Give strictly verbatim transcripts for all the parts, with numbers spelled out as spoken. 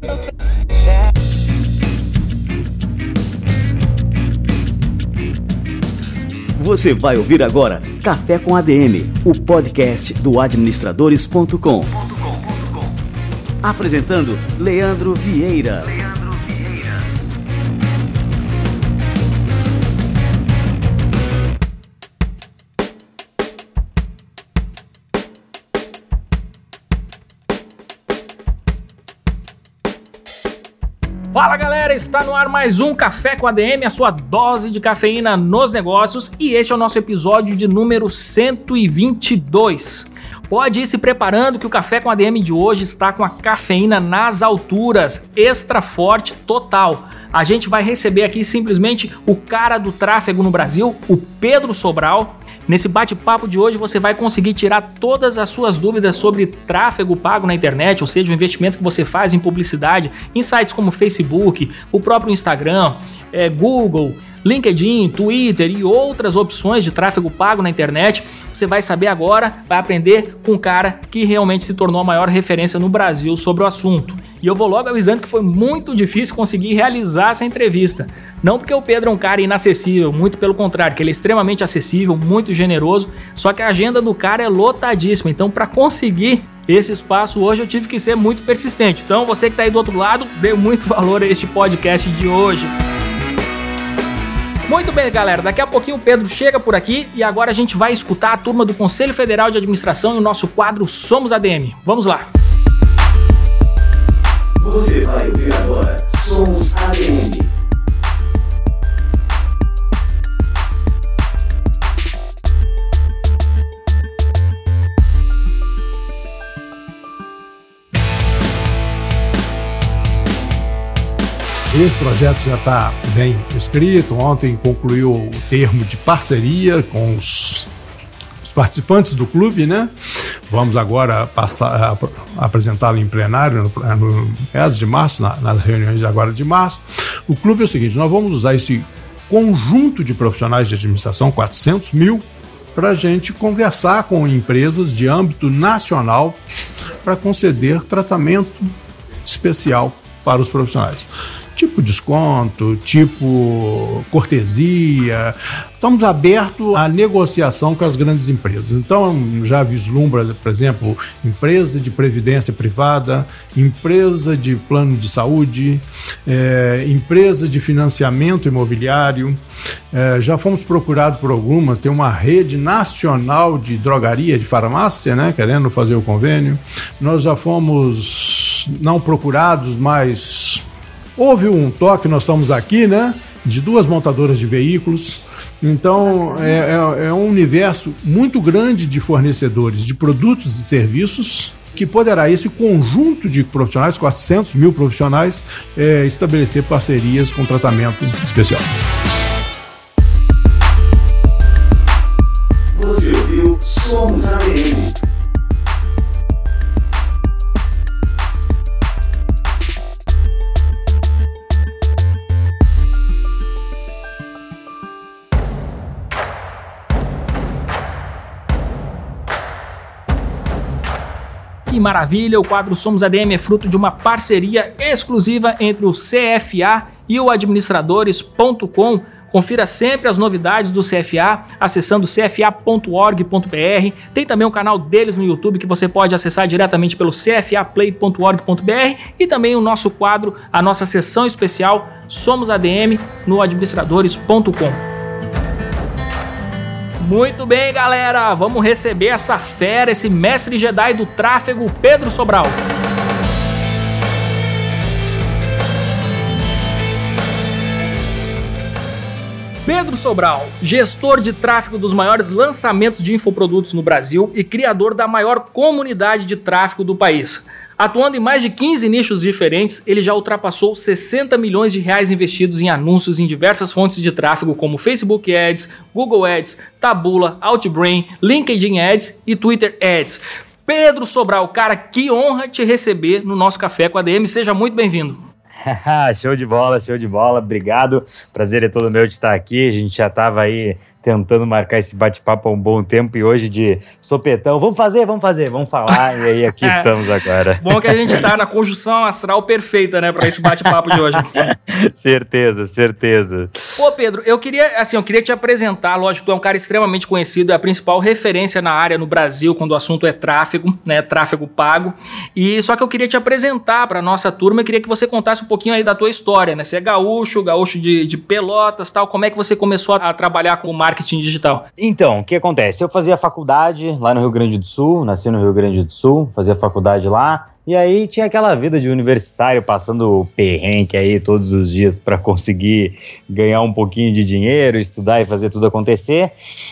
Você vai ouvir agora Café com A D M, o podcast do administradores ponto com. Apresentando Leandro Vieira. Fala galera, está no ar mais um Café com A D M, a sua dose de cafeína nos negócios, e este é o nosso episódio de número cento e vinte e dois. Pode ir se preparando que o Café com A D M de hoje está com a cafeína nas alturas, extra forte total. A gente vai receber aqui simplesmente o cara do tráfego no Brasil, o Pedro Sobral. Nesse bate-papo de hoje você vai conseguir tirar todas as suas dúvidas sobre tráfego pago na internet, ou seja, o investimento que você faz em publicidade, em sites como Facebook, o próprio Instagram, é, Google, LinkedIn, Twitter e outras opções de tráfego pago na internet. Você vai saber agora, vai aprender com um cara que realmente se tornou a maior referência no Brasil sobre o assunto. E eu vou logo avisando que foi muito difícil conseguir realizar essa entrevista. Não porque o Pedro é um cara inacessível, muito pelo contrário, que ele é extremamente acessível, muito generoso, só que a agenda do cara é lotadíssima. Então, para conseguir esse espaço hoje, eu tive que ser muito persistente. Então, você que está aí do outro lado, dê muito valor a este podcast de hoje. Muito bem, galera, daqui a pouquinho o Pedro chega por aqui e agora a gente vai escutar a turma do Conselho Federal de Administração e o nosso quadro Somos A D M. Vamos lá! Você vai ouvir agora Somos A D M. Esse projeto já está bem escrito. Ontem concluiu o termo de parceria com os, os participantes do clube, né? Vamos agora passar a apresentá-lo em plenário no, no meados de março, na, nas reuniões de agora de março. O clube é o seguinte: nós vamos usar esse conjunto de profissionais de administração, quatrocentos mil, para a gente conversar com empresas de âmbito nacional para conceder tratamento especial para os profissionais. Tipo desconto, tipo cortesia. Estamos abertos à negociação com as grandes empresas. Então, já vislumbra, por exemplo, empresa de previdência privada, empresa de plano de saúde, é, empresa de financiamento imobiliário. É, já fomos procurados por algumas, tem uma rede nacional de drogaria, de farmácia, né, querendo fazer o convênio. Nós já fomos não procurados, mas houve um toque, nós estamos aqui, né, de duas montadoras de veículos. Então, é, é, é um universo muito grande de fornecedores de produtos e serviços que poderá esse conjunto de profissionais, quatrocentos mil profissionais, é, estabelecer parcerias com tratamento especial. Você ouviu Somos A D M. Que maravilha, o quadro Somos A D M é fruto de uma parceria exclusiva entre o C F A e o administradores ponto com. Confira sempre as novidades do C F A acessando c f a ponto org ponto b r. Tem também um canal deles no YouTube que você pode acessar diretamente pelo c f a play ponto org ponto b r e também o nosso quadro, a nossa sessão especial Somos A D M no administradores ponto com. Muito bem, galera, vamos receber essa fera, esse mestre Jedi do tráfego, Pedro Sobral. Pedro Sobral, gestor de tráfego dos maiores lançamentos de infoprodutos no Brasil e criador da maior comunidade de tráfego do país. Atuando em mais de quinze nichos diferentes, ele já ultrapassou sessenta milhões de reais investidos em anúncios em diversas fontes de tráfego como Facebook Ads, Google Ads, Taboola, Outbrain, LinkedIn Ads e Twitter Ads. Pedro Sobral, cara, que honra te receber no nosso Café com A D M. Seja muito bem-vindo. Show de bola, show de bola, obrigado, prazer é todo meu de estar aqui, a gente já estava aí tentando marcar esse bate-papo há um bom tempo e hoje de sopetão, vamos fazer, vamos fazer, vamos falar, e aí aqui estamos agora. Bom que a gente tá na conjunção astral perfeita, né, para esse bate-papo de hoje. Certeza, certeza. Pô, Pedro, eu queria, assim, eu queria te apresentar, lógico, tu é um cara extremamente conhecido, é a principal referência na área no Brasil quando o assunto é tráfego, né, tráfego pago, e só que eu queria te apresentar para nossa turma, eu queria que você contasse um pouquinho aí da tua história, né, você é gaúcho, gaúcho de, de Pelotas, tal, como é que você começou a, a trabalhar com marketing digital? Então, o que acontece? Eu fazia faculdade lá no Rio Grande do Sul, nasci no Rio Grande do Sul, fazia faculdade lá, e aí tinha aquela vida de universitário passando perrengue aí todos os dias para conseguir ganhar um pouquinho de dinheiro, estudar e fazer tudo acontecer.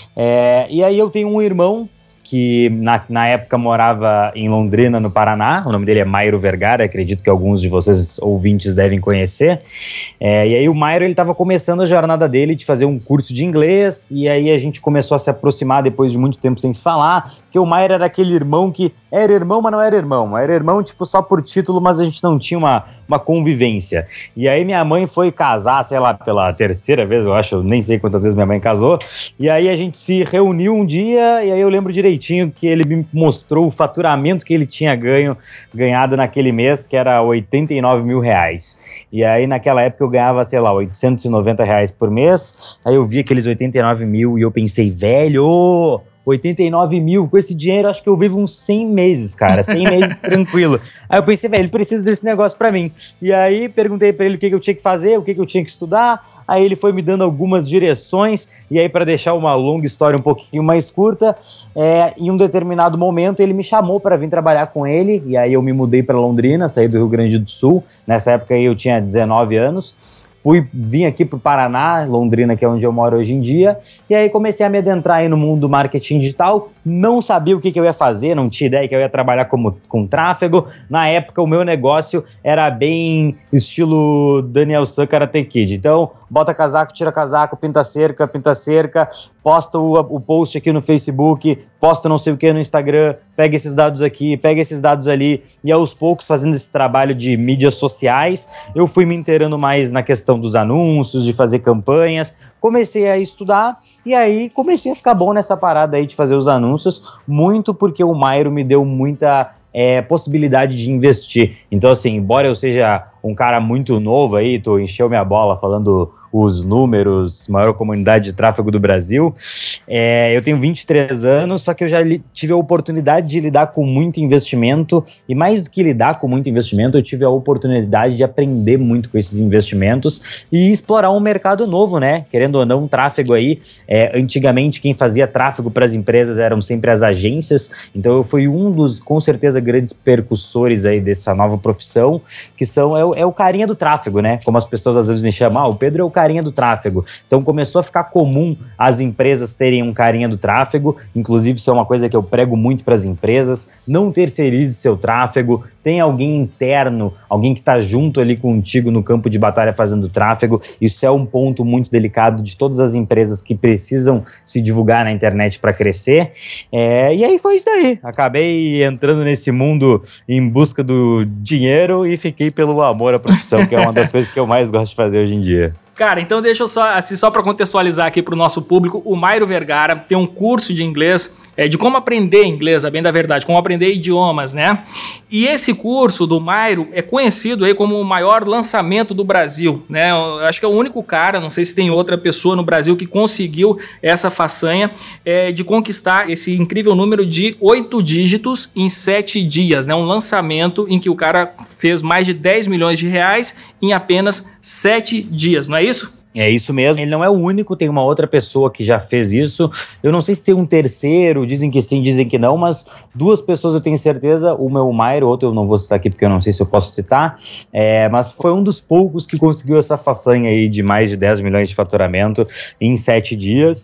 É, e aí eu tenho um irmão que na, na época morava em Londrina, no Paraná. O nome dele é Mairo Vergara, acredito que alguns de vocês ouvintes devem conhecer. É, e aí o Mairo, ele estava começando a jornada dele de fazer um curso de inglês, e aí a gente começou a se aproximar depois de muito tempo sem se falar, porque o Mairo era aquele irmão que era irmão, mas não era irmão. Era irmão, tipo, só por título, mas a gente não tinha uma, uma convivência. E aí minha mãe foi casar, sei lá, pela terceira vez, eu acho, eu nem sei quantas vezes minha mãe casou, e aí a gente se reuniu um dia, e aí eu lembro direitinho que ele me mostrou o faturamento que ele tinha ganho, ganhado naquele mês, que era oitenta e nove mil reais. E aí naquela época eu ganhava, sei lá, oitocentos e noventa reais por mês, aí eu vi aqueles oitenta e nove mil e eu pensei, velho, oitenta e nove mil, com esse dinheiro acho que eu vivo uns cem meses, cara, cem meses tranquilo. Aí eu pensei, velho, ele precisa desse negócio pra mim. E aí perguntei pra ele o que, que eu tinha que fazer, o que, que eu tinha que estudar. Aí ele foi me dando algumas direções, e aí para deixar uma longa história um pouquinho mais curta, é, em um determinado momento ele me chamou para vir trabalhar com ele, e aí eu me mudei para Londrina, saí do Rio Grande do Sul, nessa época aí eu tinha dezenove anos, fui, vim aqui pro Paraná, Londrina, que é onde eu moro hoje em dia, e aí comecei a me adentrar aí no mundo do marketing digital, não sabia o que, que eu ia fazer, não tinha ideia que eu ia trabalhar como, com tráfego. Na época o meu negócio era bem estilo Daniel San Karate Kid, então bota casaco, tira casaco, pinta cerca, pinta cerca, posta o, o post aqui no Facebook, posta não sei o que no Instagram, pega esses dados aqui, pega esses dados ali, e aos poucos fazendo esse trabalho de mídias sociais, eu fui me inteirando mais na questão dos anúncios, de fazer campanhas, comecei a estudar, e aí comecei a ficar bom nessa parada aí de fazer os anúncios, muito porque o Mairo me deu muita é, possibilidade de investir. Então assim, embora eu seja um cara muito novo aí, tu encheu minha bola falando os números, maior comunidade de tráfego do Brasil. É, eu tenho vinte e três anos, só que eu já li, tive a oportunidade de lidar com muito investimento, e mais do que lidar com muito investimento, eu tive a oportunidade de aprender muito com esses investimentos e explorar um mercado novo, né? Querendo ou não, tráfego aí, é, antigamente quem fazia tráfego para as empresas eram sempre as agências, então eu fui um dos, com certeza, grandes percussores aí dessa nova profissão, que são, é, é o carinha do tráfego, né? Como as pessoas às vezes me chamam, ah, o Pedro é o carinha do tráfego. Então começou a ficar comum as empresas terem um carinha do tráfego, inclusive isso é uma coisa que eu prego muito para as empresas, não terceirize seu tráfego, tem alguém interno, alguém que está junto ali contigo no campo de batalha fazendo tráfego, isso é um ponto muito delicado de todas as empresas que precisam se divulgar na internet para crescer, é, e aí foi isso daí, acabei entrando nesse mundo em busca do dinheiro e fiquei pelo amor à profissão, que é uma das coisas que eu mais gosto de fazer hoje em dia. Cara, então deixa eu só, assim, só para contextualizar aqui para o nosso público, o Mairo Vergara tem um curso de inglês, é, de como aprender inglês, a bem da verdade, como aprender idiomas, né? E esse curso do Mairo é conhecido aí como o maior lançamento do Brasil, né? Eu acho que é o único cara, não sei se tem outra pessoa no Brasil que conseguiu essa façanha é, de conquistar esse incrível número de oito dígitos em sete dias, né? Um lançamento em que o cara fez mais de dez milhões de reais em apenas sete dias, não é isso? É isso mesmo, ele não é o único, tem uma outra pessoa que já fez isso, eu não sei se tem um terceiro, dizem que sim, dizem que não, mas duas pessoas eu tenho certeza, uma é o Mairo, outro eu não vou citar aqui porque eu não sei se eu posso citar, é, mas foi um dos poucos que conseguiu essa façanha aí de mais de dez milhões de faturamento em sete dias.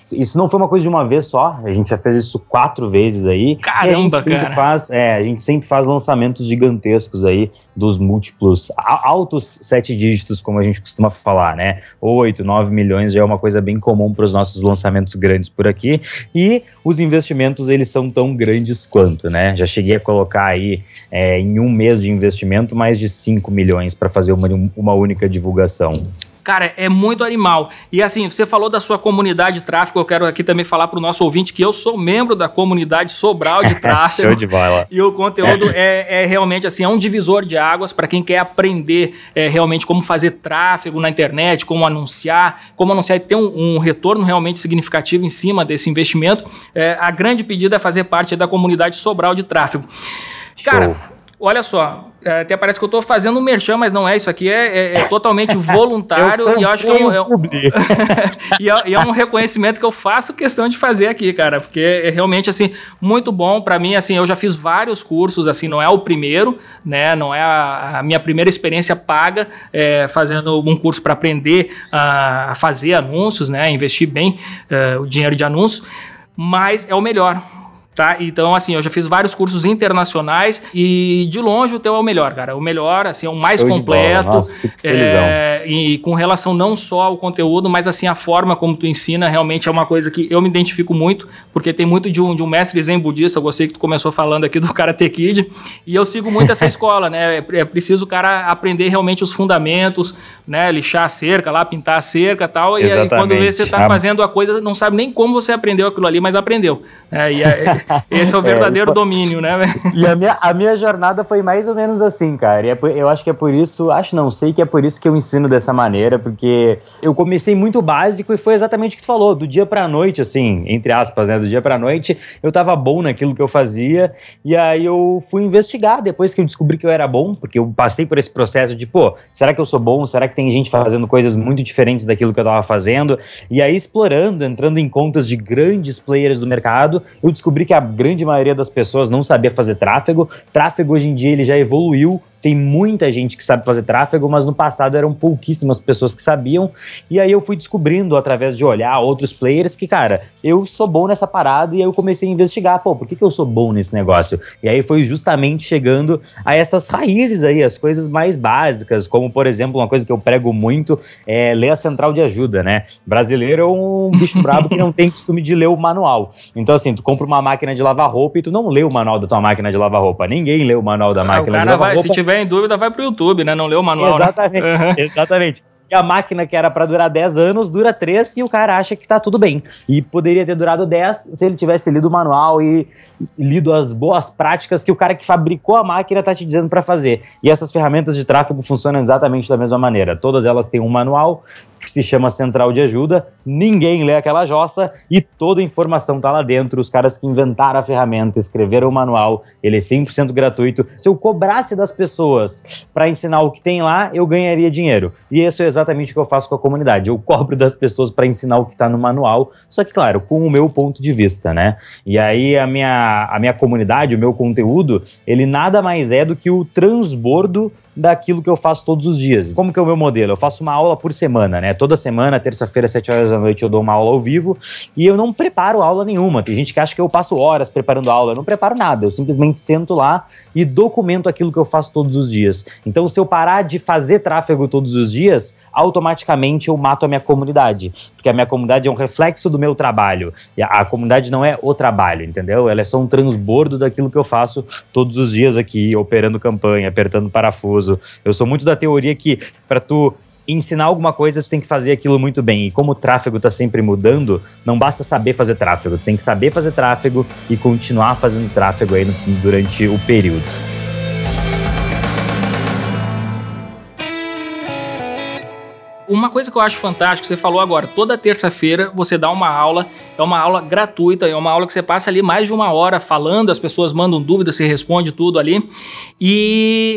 isso não foi uma coisa de uma vez só, a gente já fez isso quatro vezes aí. Caramba, a gente cara. Faz, é, a gente sempre faz lançamentos gigantescos aí dos múltiplos, altos sete dígitos, como a gente costuma falar, né? oito, nove milhões já é uma coisa bem comum para os nossos lançamentos grandes por aqui. E os investimentos, eles são tão grandes quanto, né? Já cheguei a colocar aí é, em um mês de investimento mais de cinco milhões para fazer uma, uma única divulgação. Cara, é muito animal. E assim, você falou da sua comunidade de tráfego, eu quero aqui também falar para o nosso ouvinte que eu sou membro da comunidade Sobral de tráfego. Show de bola. E o conteúdo é, é realmente assim, é um divisor de águas para quem quer aprender é, realmente como fazer tráfego na internet, como anunciar, como anunciar e ter um, um retorno realmente significativo em cima desse investimento. É, a grande pedida é fazer parte da comunidade Sobral de tráfego. Cara, Show. Olha só, até parece que eu tô fazendo um merchan, mas não é, isso aqui é, é, é totalmente voluntário eu e eu acho que é um, é, um, e, é, e é um reconhecimento que eu faço questão de fazer aqui, cara, porque é realmente, assim, muito bom pra mim, assim, eu já fiz vários cursos, assim, não é o primeiro, né, não é a, a minha primeira experiência paga é, fazendo um curso para aprender a, a fazer anúncios, né, investir bem uh, o dinheiro de anúncio, mas é o melhor. Tá? Então, assim, eu já fiz vários cursos internacionais e de longe o teu é o melhor, cara. O melhor, assim, é o mais Show completo. Nossa, é, e com relação não só ao conteúdo, mas assim, a forma como tu ensina realmente é uma coisa que eu me identifico muito, porque tem muito de um, de um mestre zen budista. Eu gostei que tu começou falando aqui do Karate Kid, e eu sigo muito essa escola, né? É preciso o cara aprender realmente os fundamentos, né? Lixar a cerca lá, pintar a cerca e tal. E aí, quando vê você tá fazendo a coisa, não sabe nem como você aprendeu aquilo ali, mas aprendeu. É, e é, esse é o verdadeiro é, domínio, né, velho? E a minha, a minha jornada foi mais ou menos assim, cara. E é por, eu acho que é por isso, acho não, sei que é por isso que eu ensino dessa maneira, porque eu comecei muito básico e foi exatamente o que tu falou, do dia pra noite, assim, entre aspas, né, do dia pra noite, eu tava bom naquilo que eu fazia, e aí eu fui investigar depois que eu descobri que eu era bom, porque eu passei por esse processo de, pô, será que eu sou bom? Será que tem gente fazendo coisas muito diferentes daquilo que eu tava fazendo? E aí, explorando, entrando em contas de grandes players do mercado, eu descobri que a grande maioria das pessoas não sabia fazer tráfego. Tráfego hoje em dia ele já evoluiu, tem muita gente que sabe fazer tráfego, mas no passado eram pouquíssimas pessoas que sabiam, e aí eu fui descobrindo através de olhar outros players que, cara, eu sou bom nessa parada, e aí eu comecei a investigar, pô, por que que eu sou bom nesse negócio? E aí foi justamente chegando a essas raízes aí, as coisas mais básicas, como, por exemplo, uma coisa que eu prego muito é ler a central de ajuda, né? Brasileiro é um bicho brabo que não tem costume de ler o manual. Então, assim, tu compra uma máquina de lavar roupa e tu não lê o manual da tua máquina de lavar roupa. Ninguém lê o manual da ah, máquina de lavar vai, roupa. Se tiver em dúvida, vai pro YouTube, né? Não lê o manual, exatamente, né? Uhum. Exatamente. E a máquina que era pra durar dez anos, dura três e o cara acha que tá tudo bem. E poderia ter durado dez se ele tivesse lido o manual e lido as boas práticas que o cara que fabricou a máquina tá te dizendo pra fazer. E essas ferramentas de tráfego funcionam exatamente da mesma maneira. Todas elas têm um manual que se chama Central de Ajuda, ninguém lê aquela jossa e toda a informação tá lá dentro. Os caras que inventaram a ferramenta, escreveram o manual, ele é cem por cento gratuito. Se eu cobrasse das pessoas para ensinar o que tem lá, eu ganharia dinheiro. E isso é exatamente o que eu faço com a comunidade. Eu cobro das pessoas para ensinar o que está no manual, só que, claro, com o meu ponto de vista, né? E aí a minha, a minha comunidade, o meu conteúdo, ele nada mais é do que o transbordo daquilo que eu faço todos os dias. Como que é o meu modelo? Eu faço uma aula por semana, né? Toda semana, terça-feira, sete horas da noite, eu dou uma aula ao vivo e eu não preparo aula nenhuma. Tem gente que acha que eu passo horas preparando aula. Eu não preparo nada. Eu simplesmente sento lá e documento aquilo que eu faço todos os dias. Então, se eu parar de fazer tráfego todos os dias, automaticamente eu mato a minha comunidade. Porque a minha comunidade é um reflexo do meu trabalho. E a, a comunidade não é o trabalho, entendeu? Ela é só um transbordo daquilo que eu faço todos os dias aqui, operando campanha, apertando parafuso. Eu sou muito da teoria que para tu ensinar alguma coisa, tu tem que fazer aquilo muito bem. E como o tráfego está sempre mudando, não basta saber fazer tráfego. Tu tem que saber fazer tráfego e continuar fazendo tráfego aí no, durante o período. Uma coisa que eu acho fantástico, você falou agora, toda terça-feira você dá uma aula, é uma aula gratuita, é uma aula que você passa ali mais de uma hora falando, as pessoas mandam dúvidas, você responde tudo ali. E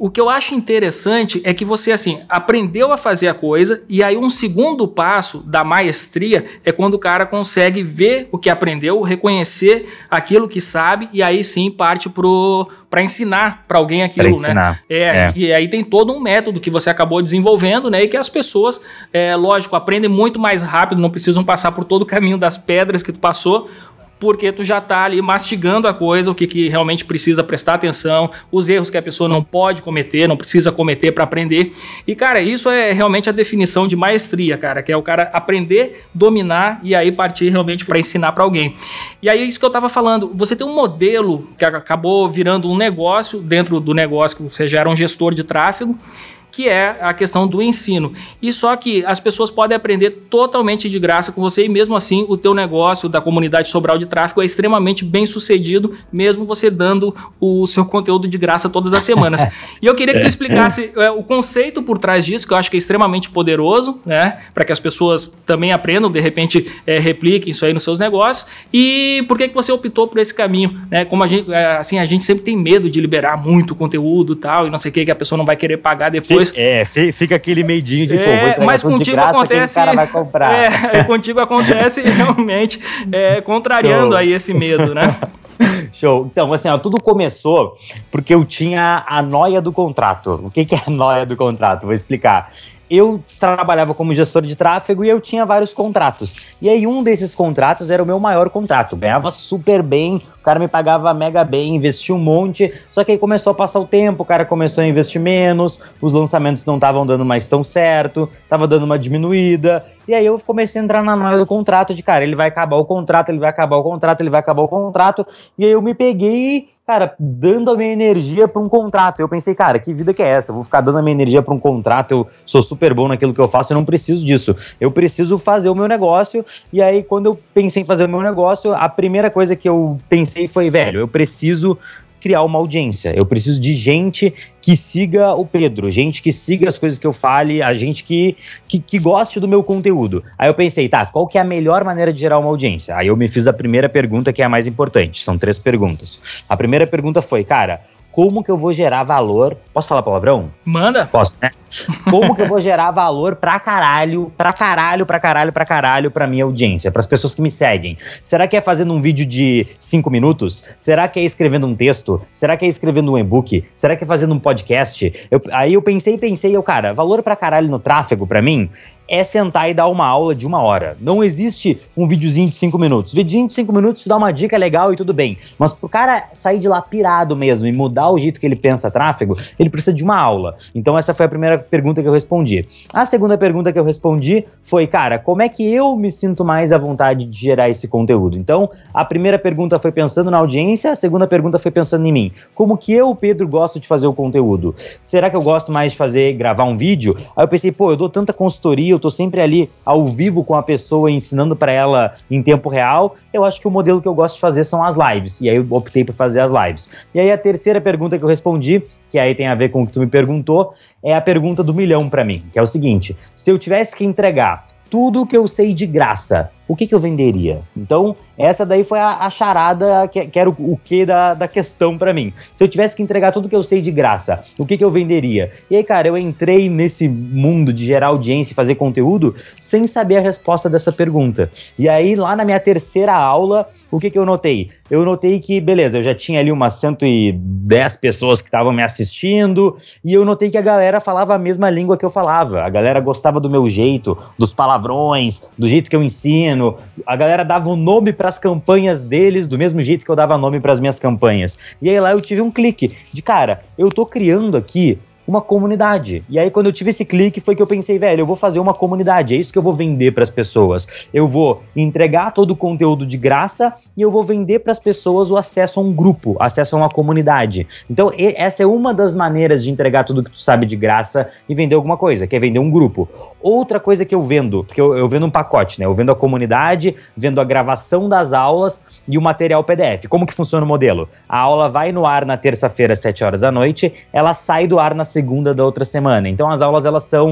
o que eu acho interessante é que você, assim, aprendeu a fazer a coisa e aí um segundo passo da maestria é quando o cara consegue ver o que aprendeu, reconhecer aquilo que sabe e aí sim parte pro... para ensinar para alguém aquilo, pra ensinar. né? É, é. E aí tem todo um método que você acabou desenvolvendo, né? E que as pessoas, é, lógico, aprendem muito mais rápido, não precisam passar por todo o caminho das pedras que tu passou, porque tu já tá ali mastigando a coisa, o que, que realmente precisa prestar atenção, os erros que a pessoa não pode cometer, não precisa cometer para aprender. E, cara, isso é realmente a definição de maestria, cara, que é o cara aprender, dominar e aí partir realmente para ensinar para alguém. E aí, isso que eu tava falando, você tem um modelo que acabou virando um negócio, dentro do negócio que você já era um gestor de tráfego, que é a questão do ensino. E só que as pessoas podem aprender totalmente de graça com você e mesmo assim o teu negócio da comunidade Sobral de Tráfego é extremamente bem sucedido, mesmo você dando o seu conteúdo de graça todas as semanas. E eu queria que tu explicasse é, o conceito por trás disso, que eu acho que é extremamente poderoso, né, para que as pessoas também aprendam, de repente é, repliquem isso aí nos seus negócios, e por que que você optou por esse caminho, né? Como a gente, é, assim, a gente sempre tem medo de liberar muito conteúdo e tal, e não sei o que, que a pessoa não vai querer pagar depois. É, fica aquele medinho de, é, pô, mas contigo graça, acontece, o cara vai comprar. É, contigo acontece realmente é, contrariando Show. aí esse medo, né? Show. Então, assim, ó, tudo começou porque eu tinha a noia do contrato. O que que é a noia do contrato? Vou explicar. Eu trabalhava como gestor de tráfego e eu tinha vários contratos. E aí um desses contratos era o meu maior contrato. Ganhava super bem, o cara me pagava mega bem, investia um monte. Só que aí começou a passar o tempo, o cara começou a investir menos, os lançamentos não estavam dando mais tão certo, tava dando uma diminuída. E aí eu comecei a entrar na noia do contrato de, cara, ele vai acabar o contrato, ele vai acabar o contrato, ele vai acabar o contrato. E aí eu me peguei, cara, dando a minha energia para um contrato. Eu pensei, cara, que vida que é essa? Eu vou ficar dando a minha energia para um contrato, eu sou super bom naquilo que eu faço, eu não preciso disso. Eu preciso fazer o meu negócio. E aí, quando eu pensei em fazer o meu negócio, a primeira coisa que eu pensei foi, velho, eu preciso criar uma audiência. Eu preciso de gente que siga o Pedro, gente que siga as coisas que eu fale, a gente que, que, que goste do meu conteúdo. Aí eu pensei, tá, qual que é a melhor maneira de gerar uma audiência? Aí eu me fiz a primeira pergunta, que é a mais importante. São três perguntas. A primeira pergunta foi, cara, como que eu vou gerar valor? Posso falar palavrão? Manda. Posso, né? Como que eu vou gerar valor pra caralho, pra caralho, pra caralho, pra caralho pra minha audiência, pras pessoas que me seguem? Será que é fazendo um vídeo de cinco minutos? Será que é escrevendo um texto? Será que é escrevendo um e-book? Será que é fazendo um podcast? Eu, aí eu pensei, pensei, eu, cara, valor pra caralho no tráfego, pra mim, é sentar e dar uma aula de uma hora. Não existe um videozinho de cinco minutos. Videozinho de cinco minutos dá uma dica legal e tudo bem. Mas pro cara sair de lá pirado mesmo e mudar o jeito que ele pensa tráfego, ele precisa de uma aula. Então essa foi a primeira pergunta que eu respondi. A segunda pergunta que eu respondi foi, cara, como é que eu me sinto mais à vontade de gerar esse conteúdo? Então, a primeira pergunta foi pensando na audiência, a segunda pergunta foi pensando em mim. Como que eu, Pedro, gosto de fazer o conteúdo? Será que eu gosto mais de fazer, gravar um vídeo? Aí eu pensei, pô, eu dou tanta consultoria, eu tô sempre ali ao vivo com a pessoa, ensinando para ela em tempo real. Eu acho que o modelo que eu gosto de fazer são as lives. E aí eu optei por fazer as lives. E aí a terceira pergunta que eu respondi, que aí tem a ver com o que tu me perguntou, é a pergunta do milhão para mim, que é o seguinte: se eu tivesse que entregar tudo que eu sei de graça, o que que eu venderia? Então, essa daí foi a, a charada, que, que era o, o que da, da questão pra mim. Se eu tivesse que entregar tudo que eu sei de graça, o que que eu venderia? E aí, cara, eu entrei nesse mundo de gerar audiência e fazer conteúdo sem saber a resposta dessa pergunta. E aí, lá na minha terceira aula, o que que eu notei? Eu notei que, beleza, eu já tinha ali umas cento e dez pessoas que estavam me assistindo, e eu notei que a galera falava a mesma língua que eu falava. A galera gostava do meu jeito, dos palavrões, do jeito que eu ensino. A galera dava um nome para as campanhas deles do mesmo jeito que eu dava nome para as minhas campanhas. E aí lá eu tive um clique de, cara, eu tô criando aqui uma comunidade. E aí quando eu tive esse clique foi que eu pensei, velho, eu vou fazer uma comunidade, é isso que eu vou vender para as pessoas. Eu vou entregar todo o conteúdo de graça e eu vou vender para as pessoas o acesso a um grupo, acesso a uma comunidade. Então e, essa é uma das maneiras de entregar tudo que tu sabe de graça e vender alguma coisa, que é vender um grupo. Outra coisa que eu vendo, porque eu, eu vendo um pacote, né? Eu vendo a comunidade, vendo a gravação das aulas e o material P D F. Como que funciona o modelo? A aula vai no ar na terça-feira, às sete horas da noite, ela sai do ar na segunda da outra semana. Então as aulas, elas são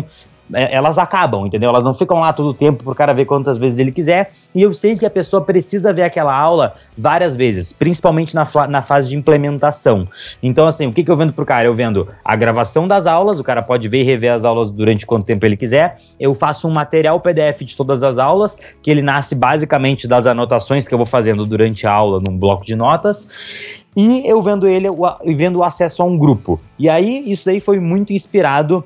elas acabam, entendeu? Elas não ficam lá todo o tempo pro cara ver quantas vezes ele quiser, e eu sei que a pessoa precisa ver aquela aula várias vezes, principalmente na, na fase de implementação. Então, assim, o que, que eu vendo pro cara? Eu vendo a gravação das aulas, o cara pode ver e rever as aulas durante quanto tempo ele quiser. Eu faço um material P D F de todas as aulas, que ele nasce basicamente das anotações que eu vou fazendo durante a aula num bloco de notas. E eu vendo ele e vendo o acesso a um grupo. E aí, isso daí foi muito inspirado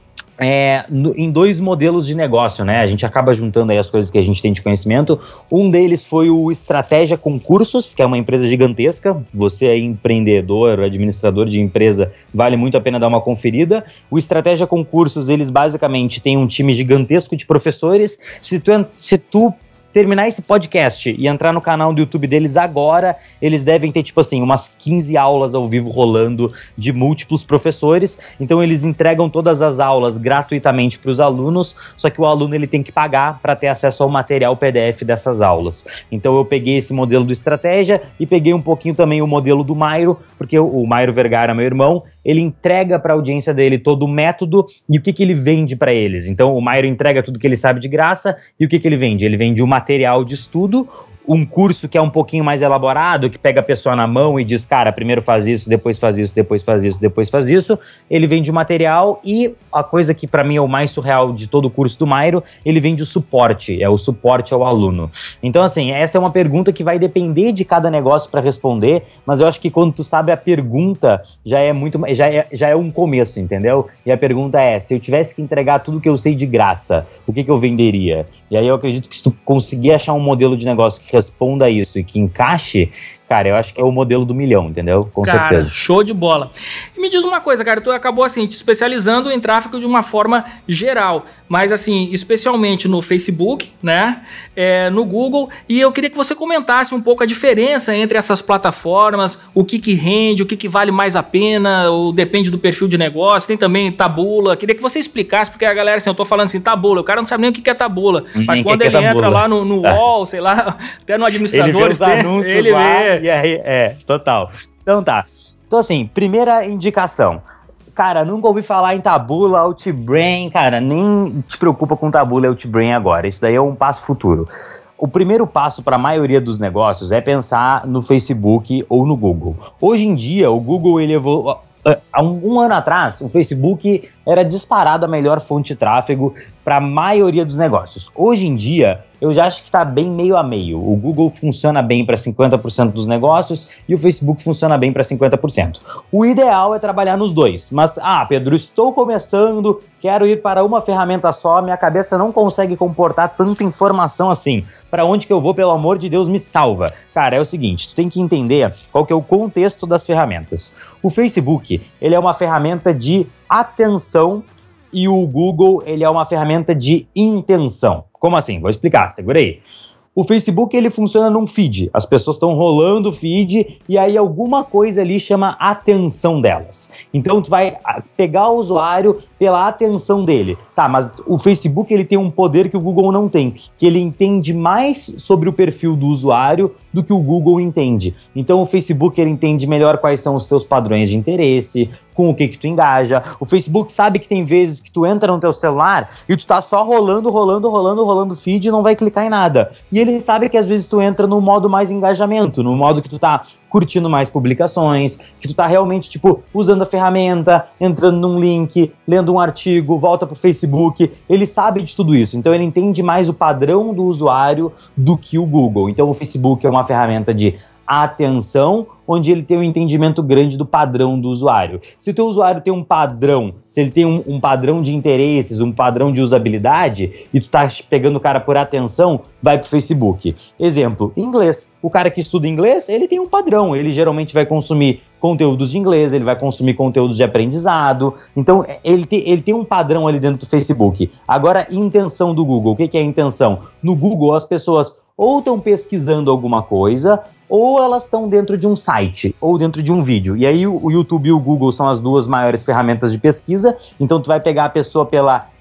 É, no, em dois modelos de negócio, né? A gente acaba juntando aí as coisas que a gente tem de conhecimento. Um deles foi o Estratégia Concursos, que é uma empresa gigantesca. Você é empreendedor, administrador de empresa, vale muito a pena dar uma conferida. O Estratégia Concursos, eles basicamente têm um time gigantesco de professores. Se tu, se tu terminar esse podcast e entrar no canal do YouTube deles agora, eles devem ter, tipo assim, umas quinze aulas ao vivo rolando de múltiplos professores. Então eles entregam todas as aulas gratuitamente para os alunos, só que o aluno ele tem que pagar para ter acesso ao material P D F dessas aulas. Então eu peguei esse modelo do Estratégia e peguei um pouquinho também o modelo do Mairo, porque o, o Mairo Vergara, meu irmão, ele entrega para a audiência dele todo o método e o que, que ele vende para eles. Então o Mairo entrega tudo que ele sabe de graça, e o que, que ele vende? Ele vende uma material de estudo, um curso que é um pouquinho mais elaborado, que pega a pessoa na mão e diz, cara, primeiro faz isso, depois faz isso, depois faz isso, depois faz isso. Ele vende o material e a coisa que para mim é o mais surreal de todo o curso do Mairo, ele vende o suporte, é o suporte ao aluno. Então, assim, essa é uma pergunta que vai depender de cada negócio para responder, mas eu acho que quando tu sabe a pergunta, já é muito, já é, já é um começo, entendeu? E a pergunta é, se eu tivesse que entregar tudo que eu sei de graça, o que que eu venderia? E aí eu acredito que se tu conseguir achar um modelo de negócio que responda isso e que encaixe, cara, eu acho que é o modelo do milhão, entendeu? Com cara, certeza. Show de bola. E me diz uma coisa, cara, tu acabou assim, te especializando em tráfego de uma forma geral, mas assim, especialmente no Facebook, né, é, no Google, e eu queria que você comentasse um pouco a diferença entre essas plataformas, o que que rende, o que que vale mais a pena, ou depende do perfil de negócio, tem também Taboola, queria que você explicasse, porque a galera, assim, eu tô falando assim, Taboola, o cara não sabe nem o que que é Taboola, mas nem quando que ele que é entra Taboola. lá no, no Wall, sei lá, até no administrador, ele vê os anúncios ele lá, vê. e aí, é, total. Então tá. Então assim, primeira indicação. Cara, nunca ouvi falar em Taboola, Outbrain, cara, nem te preocupa com Taboola e Outbrain agora. Isso daí é um passo futuro. O primeiro passo para a maioria dos negócios é pensar no Facebook ou no Google. Hoje em dia, o Google, ele evoluiu. Há um, um ano atrás, o Facebook era disparado a melhor fonte de tráfego para a maioria dos negócios. Hoje em dia, eu já acho que está bem meio a meio. O Google funciona bem para cinquenta por cento dos negócios e o Facebook funciona bem para cinquenta por cento. O ideal é trabalhar nos dois. Mas, ah, Pedro, estou começando, quero ir para uma ferramenta só, minha cabeça não consegue comportar tanta informação assim. Para onde que eu vou, pelo amor de Deus, me salva. Cara, é o seguinte, tu tem que entender qual que é o contexto das ferramentas. O Facebook, ele é uma ferramenta de atenção e o Google, ele é uma ferramenta de intenção. Como assim? Vou explicar, segura aí. O Facebook, ele funciona num feed. As pessoas estão rolando o feed e aí alguma coisa ali chama a atenção delas. Então, tu vai pegar o usuário pela atenção dele. Tá, mas o Facebook, ele tem um poder que o Google não tem, que ele entende mais sobre o perfil do usuário do que o Google entende. Então, o Facebook, ele entende melhor quais são os teus padrões de interesse, com o que que tu engaja. O Facebook sabe que tem vezes que tu entra no teu celular e tu tá só rolando, rolando, rolando, rolando feed e não vai clicar em nada. E ele sabe que às vezes tu entra no modo mais engajamento, no modo que tu tá curtindo mais publicações, que tu tá realmente, tipo, usando a ferramenta, entrando num link, lendo um artigo, volta pro Facebook. Ele sabe de tudo isso. Então ele entende mais o padrão do usuário do que o Google. Então o Facebook é uma ferramenta de atenção, onde ele tem um entendimento grande do padrão do usuário. Se o teu usuário tem um padrão, se ele tem um, um padrão de interesses, um padrão de usabilidade, e tu tá pegando o cara por atenção, vai pro Facebook. Exemplo, inglês. O cara que estuda inglês, ele tem um padrão, ele geralmente vai consumir conteúdos de inglês, ele vai consumir conteúdos de aprendizado, então ele, te, ele tem um padrão ali dentro do Facebook. Agora, intenção do Google, o que, que é a intenção? No Google, as pessoas ou estão pesquisando alguma coisa, ou elas estão dentro de um site, ou dentro de um vídeo. E aí o YouTube e o Google são as duas maiores ferramentas de pesquisa, então tu vai pegar a pessoa pela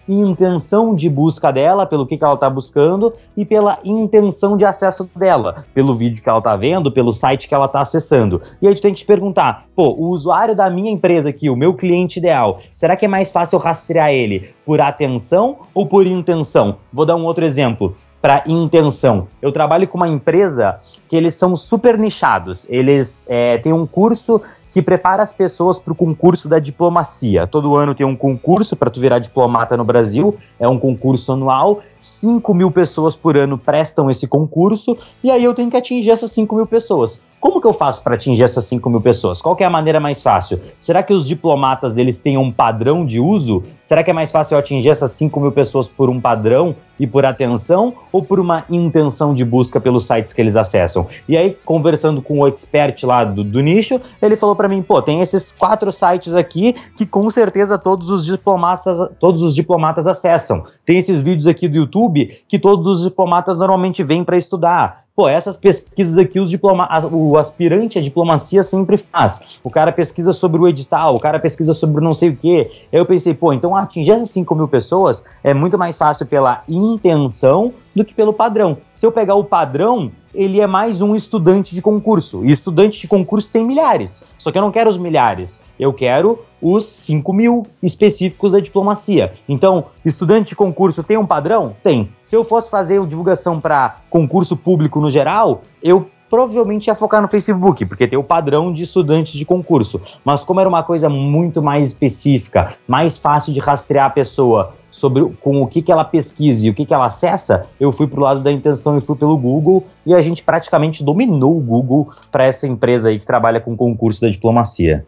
intenção de busca dela, pelo que, que ela está buscando e pela intenção de acesso dela, pelo vídeo que ela está vendo, pelo site que ela está acessando. E aí tu tem que te perguntar, pô, o usuário da minha empresa aqui, o meu cliente ideal, será que é mais fácil rastrear ele por atenção ou por intenção? Vou dar um outro exemplo. Para intenção. Eu trabalho com uma empresa que eles são super nichados. Eles é, têm um curso que prepara as pessoas para o concurso da diplomacia. Todo ano tem um concurso para tu virar diplomata no Brasil, é um concurso anual, cinco mil pessoas por ano prestam esse concurso, e aí eu tenho que atingir essas cinco mil pessoas. Como que eu faço para atingir essas cinco mil pessoas? Qual que é a maneira mais fácil? Será que os diplomatas eles têm um padrão de uso? Será que é mais fácil eu atingir essas cinco mil pessoas por um padrão e por atenção, ou por uma intenção de busca pelos sites que eles acessam? E aí, conversando com o expert lá do, do nicho, ele falou para mim, pô, tem esses quatro sites aqui que com certeza todos os diplomatas, todos os diplomatas acessam. Tem esses vídeos aqui do YouTube que todos os diplomatas normalmente vêm para estudar. Pô, essas pesquisas aqui os diploma- o aspirante à diplomacia sempre faz. O cara pesquisa sobre o edital, o cara pesquisa sobre não sei o quê. Aí eu pensei, pô, então atingir essas cinco mil pessoas é muito mais fácil pela intenção do que pelo padrão. Se eu pegar o padrão, ele é mais um estudante de concurso. E estudante de concurso tem milhares. Só que eu não quero os milhares. Eu quero os cinco mil específicos da diplomacia. Então, estudante de concurso tem um padrão? Tem. Se eu fosse fazer divulgação para concurso público no geral, eu provavelmente ia focar no Facebook, porque tem o padrão de estudantes de concurso. Mas como era uma coisa muito mais específica, mais fácil de rastrear a pessoa sobre com o que, que ela pesquisa e o que, que ela acessa, eu fui pro lado da intenção e fui pelo Google, e a gente praticamente dominou o Google para essa empresa aí que trabalha com concurso da diplomacia.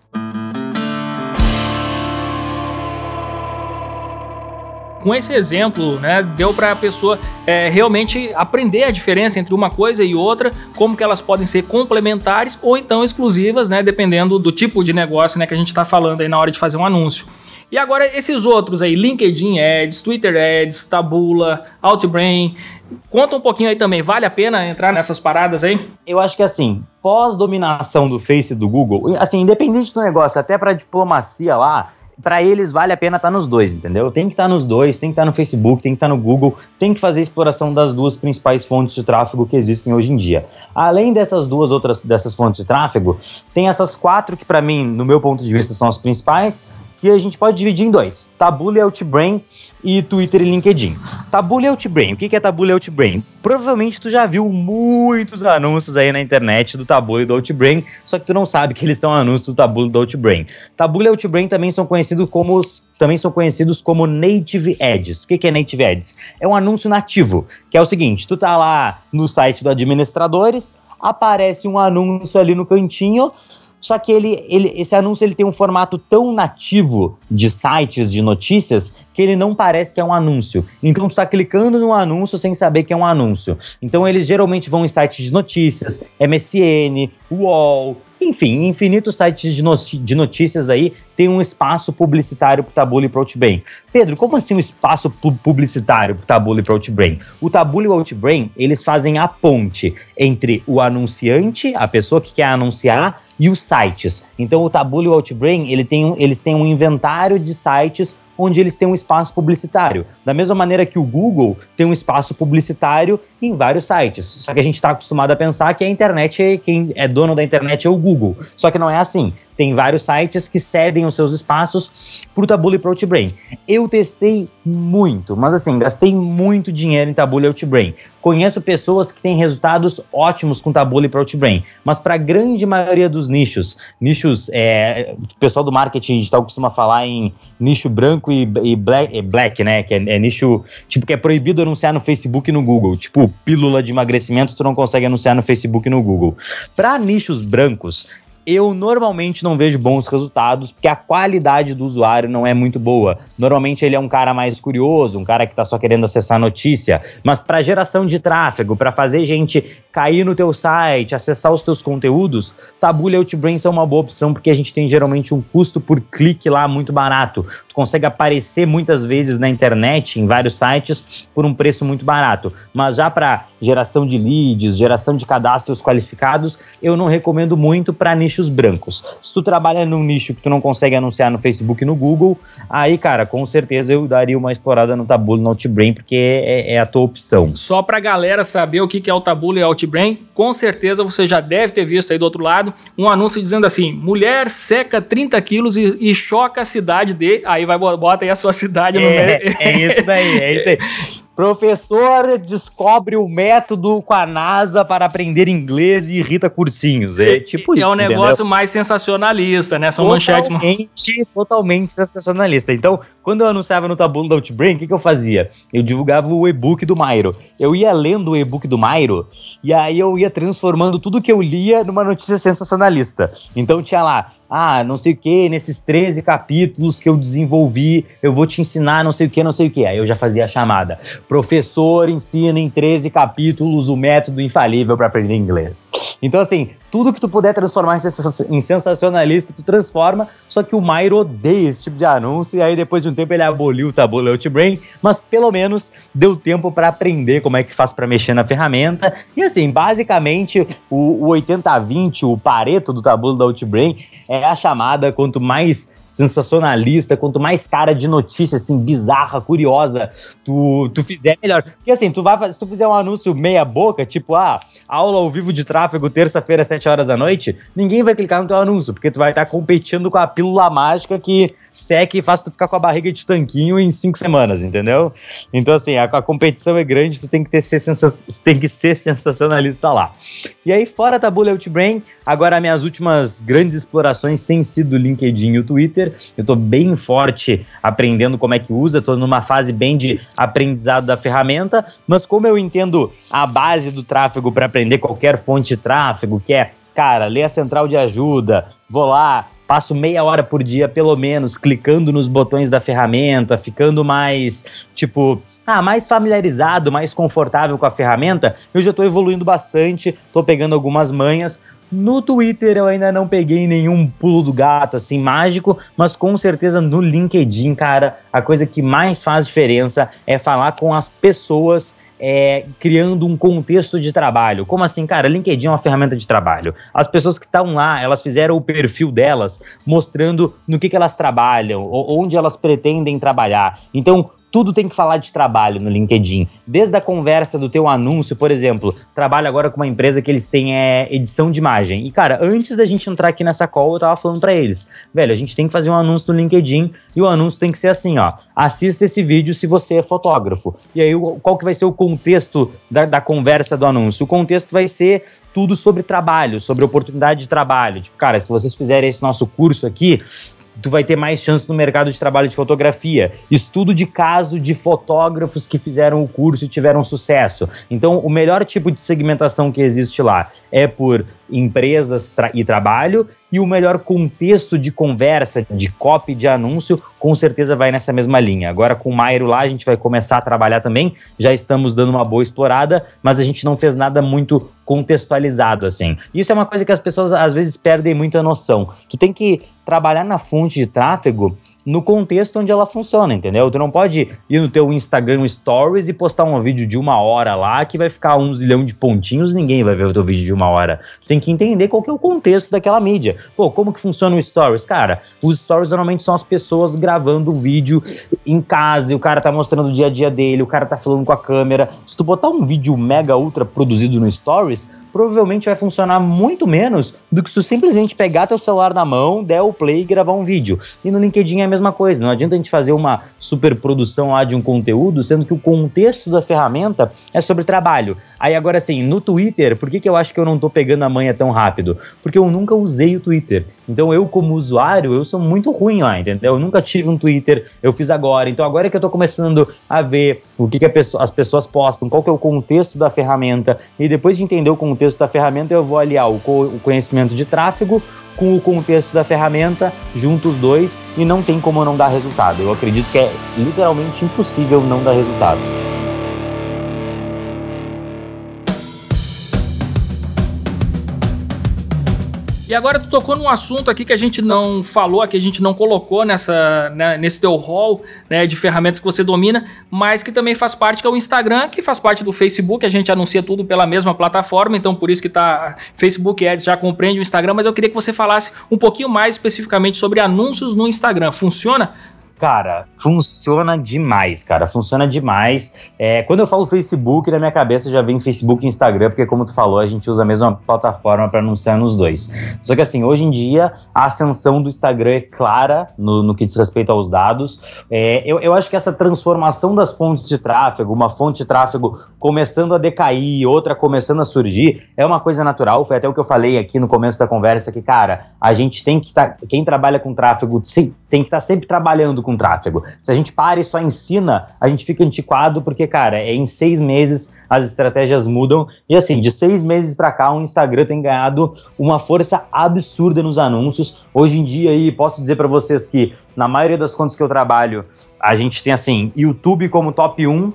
Com esse exemplo, né, deu para a pessoa é, realmente aprender a diferença entre uma coisa e outra, como que elas podem ser complementares ou então exclusivas, né, dependendo do tipo de negócio, né, que a gente está falando aí na hora de fazer um anúncio. E agora esses outros aí, LinkedIn Ads, Twitter Ads, Taboola, Outbrain, conta um pouquinho aí também, vale a pena entrar nessas paradas aí? Eu acho que assim, pós-dominação do Face e do Google, assim, independente do negócio, até para diplomacia lá, para eles vale a pena estar nos dois, entendeu? Tem que estar nos dois, tem que estar no Facebook, tem que estar no Google, tem que fazer exploração das duas principais fontes de tráfego que existem hoje em dia. Além dessas duas outras dessas fontes de tráfego, tem essas quatro que para mim, no meu ponto de vista, são as principais, que a gente pode dividir em dois, Taboola e Outbrain e Twitter e LinkedIn. Taboola e Outbrain, o que é Taboola e Outbrain? Provavelmente tu já viu muitos anúncios aí na internet do Taboola e do Outbrain, só que tu não sabe que eles são anúncios do Taboola e do Outbrain. Taboola e Outbrain também são conhecidos como, também são conhecidos como Native Ads. O que é Native Ads? É um anúncio nativo, que é o seguinte, tu tá lá no site do Administradores, aparece um anúncio ali no cantinho, só que ele, ele, esse anúncio ele tem um formato tão nativo de sites de notícias que ele não parece que é um anúncio. Então tu tá clicando no anúncio sem saber que é um anúncio. Então eles geralmente vão em sites de notícias, M S N, U O L, enfim, infinitos sites de, no, de notícias aí tem um espaço publicitário pro Taboola e pro Outbrain. Pedro, como assim um espaço pu- publicitário pro Taboola e pro Outbrain? O Taboola e o Outbrain, eles fazem a ponte entre o anunciante, a pessoa que quer anunciar, e os sites. Então o Taboola e o Outbrain, ele tem um, eles têm um inventário de sites onde eles têm um espaço publicitário. Da mesma maneira que o Google tem um espaço publicitário em vários sites. Só que a gente está acostumado a pensar que a internet, quem é dono da internet é o Google. Só que não é assim. Tem vários sites que cedem os seus espaços para o Taboola e para o Outbrain. Eu testei muito, mas assim, gastei muito dinheiro em Taboola e Outbrain. Conheço pessoas que têm resultados ótimos com Taboola e para Outbrain, mas para a grande maioria dos nichos, nichos, é, o pessoal do marketing digital costuma falar em nicho branco e, e black, é black, né, que é, é nicho, tipo, que é proibido anunciar no Facebook e no Google, tipo, pílula de emagrecimento, tu não consegue anunciar no Facebook e no Google. Para nichos brancos, eu normalmente não vejo bons resultados, porque a qualidade do usuário não é muito boa. Normalmente ele é um cara mais curioso, um cara que está só querendo acessar notícia, mas para geração de tráfego, para fazer gente cair no teu site, acessar os teus conteúdos, Taboola e Outbrain são uma boa opção, porque a gente tem geralmente um custo por clique lá muito barato. Tu consegue aparecer muitas vezes na internet, em vários sites, por um preço muito barato. Mas já para geração de leads, geração de cadastros qualificados, eu não recomendo muito para nicho nichos brancos. Se tu trabalha num nicho que tu não consegue anunciar no Facebook e no Google, aí, cara, com certeza eu daria uma explorada no Taboola e no Outbrain, porque é, é a tua opção. Só pra galera saber o que é o Taboola e o Outbrain, com certeza você já deve ter visto aí do outro lado um anúncio dizendo assim: mulher seca trinta quilos e, e choca a cidade de... Aí vai, bota aí a sua cidade é, no meio. É isso aí, é isso aí. Professor descobre o método com a NASA para aprender inglês e irrita cursinhos. É tipo é isso, um negócio entendeu? mais sensacionalista, né? São Totalmente, manchetes... Totalmente sensacionalista. Então, quando eu anunciava no Taboola do Outbrain, o que, que eu fazia? Eu divulgava o e-book do Mairo. Eu ia lendo o e-book do Mairo e aí eu ia transformando tudo que eu lia numa notícia sensacionalista. Então tinha lá, ah, não sei o que, nesses treze capítulos que eu desenvolvi, eu vou te ensinar não sei o que, não sei o que. Aí eu já fazia a chamada. Professor ensina em treze capítulos o método infalível para aprender inglês. Então, assim, tudo que tu puder transformar em sensacionalista, tu transforma, só que o Mairo odeia esse tipo de anúncio, e aí depois de um tempo ele aboliu o Taboola e Outbrain, mas pelo menos deu tempo para aprender como é que faz para mexer na ferramenta. E assim, basicamente, o, o oitenta a vinte, o Pareto do Taboola do Outbrain, é a chamada: quanto mais sensacionalista, quanto mais cara de notícia, assim, bizarra, curiosa, tu, tu fizer, melhor. Porque assim, tu vai fazer, se tu fizer um anúncio meia boca, tipo, ah, aula ao vivo de tráfego, terça-feira, sete horas da noite, ninguém vai clicar no teu anúncio, porque tu vai estar competindo com a pílula mágica que seca e faz tu ficar com a barriga de tanquinho em cinco semanas, entendeu? Então, assim, a, a competição é grande, tu tem que, ter, ser sensa- tem que ser sensacionalista lá. E aí, fora Taboola e Outbrain, agora minhas últimas grandes explorações têm sido o LinkedIn e o Twitter. Eu tô bem forte aprendendo como é que usa, tô numa fase bem de aprendizado da ferramenta, mas como eu entendo a base do tráfego para aprender qualquer fonte de tráfego, que é, cara, ler a central de ajuda, vou lá, passo meia hora por dia, pelo menos, clicando nos botões da ferramenta, ficando mais, tipo, ah, mais familiarizado, mais confortável com a ferramenta, eu já tô evoluindo bastante, tô pegando algumas manhas. No Twitter eu ainda não peguei nenhum pulo do gato, assim, mágico, mas com certeza no LinkedIn, cara, a coisa que mais faz diferença é falar com as pessoas, é, criando um contexto de trabalho. Como assim, cara? LinkedIn é uma ferramenta de trabalho. As pessoas que estão lá, elas fizeram o perfil delas, mostrando no que, que elas trabalham, onde elas pretendem trabalhar. Então, tudo tem que falar de trabalho no LinkedIn. Desde a conversa do teu anúncio, por exemplo, trabalho agora com uma empresa que eles têm é, edição de imagem. E, cara, antes da gente entrar aqui nessa call, eu tava falando pra eles, velho, a gente tem que fazer um anúncio no LinkedIn e o anúncio tem que ser assim, ó, assista esse vídeo se você é fotógrafo. E aí, qual que vai ser o contexto da, da conversa do anúncio? O contexto vai ser tudo sobre trabalho, sobre oportunidade de trabalho. Tipo, cara, se vocês fizerem esse nosso curso aqui, tu vai ter mais chance no mercado de trabalho de fotografia. Estudo de caso de fotógrafos que fizeram o curso e tiveram sucesso. Então, o melhor tipo de segmentação que existe lá é por empresas tra- e trabalho, e o melhor contexto de conversa, de copy, de anúncio, com certeza vai nessa mesma linha. Agora, com o Mairo lá, a gente vai começar a trabalhar também, já estamos dando uma boa explorada, mas a gente não fez nada muito contextualizado, assim. Isso é uma coisa que as pessoas, às vezes, perdem muito a noção. Tu tem que trabalhar na fonte de tráfego no contexto onde ela funciona, entendeu? Tu não pode ir no teu Instagram Stories e postar um vídeo de uma hora lá que vai ficar um zilhão de pontinhos, ninguém vai ver o teu vídeo de uma hora. Tu tem que entender qual que é o contexto daquela mídia. Pô, como que funciona o Stories? Cara, os Stories normalmente são as pessoas gravando o vídeo em casa, e o cara tá mostrando o dia a dia dele, o cara tá falando com a câmera. Se tu botar um vídeo mega ultra produzido no Stories, provavelmente vai funcionar muito menos do que se tu simplesmente pegar teu celular na mão, der o play e gravar um vídeo. E no LinkedIn é a mesma coisa, não adianta a gente fazer uma super produção lá de um conteúdo, sendo que o contexto da ferramenta é sobre trabalho. Aí agora assim, no Twitter, por que que eu acho que eu não tô pegando a manha tão rápido? Porque eu nunca usei o Twitter. Então eu, como usuário, eu sou muito ruim lá, entendeu? Eu nunca tive um Twitter, eu fiz agora. Então agora que eu tô começando a ver o que que a pessoa, as pessoas postam, qual que é o contexto da ferramenta, e depois de entender o contexto da ferramenta, eu vou aliar o, co- o conhecimento de tráfego com o contexto da ferramenta, junto os dois, e não tem como não dar resultado. Eu acredito que é literalmente impossível não dar resultado. E agora tu tocou num assunto aqui que a gente não falou, que a gente não colocou nessa, né, nesse teu hall, né, de ferramentas que você domina, mas que também faz parte, que é o Instagram, que faz parte do Facebook, a gente anuncia tudo pela mesma plataforma, então por isso que tá Facebook Ads já compreende o Instagram, mas eu queria que você falasse um pouquinho mais especificamente sobre anúncios no Instagram. Funciona? Cara, funciona demais, cara, funciona demais. É, quando eu falo Facebook, na minha cabeça já vem Facebook e Instagram, porque como tu falou, a gente usa a mesma plataforma para anunciar nos dois. Só que assim, hoje em dia, a ascensão do Instagram é clara no, no que diz respeito aos dados. É, eu, eu acho que essa transformação das fontes de tráfego, uma fonte de tráfego começando a decair, outra começando a surgir, é uma coisa natural. Foi até o que eu falei aqui no começo da conversa, que, cara, a gente tem que estar, tá, quem trabalha com tráfego tem que estar tá sempre trabalhando com tráfego. Se a gente para e só ensina, a gente fica antiquado, porque, cara, é em seis meses as estratégias mudam, e assim, de seis meses pra cá, o Instagram tem ganhado uma força absurda nos anúncios. Hoje em dia, aí, posso dizer pra vocês que, na maioria das contas que eu trabalho, a gente tem, assim, YouTube como top um,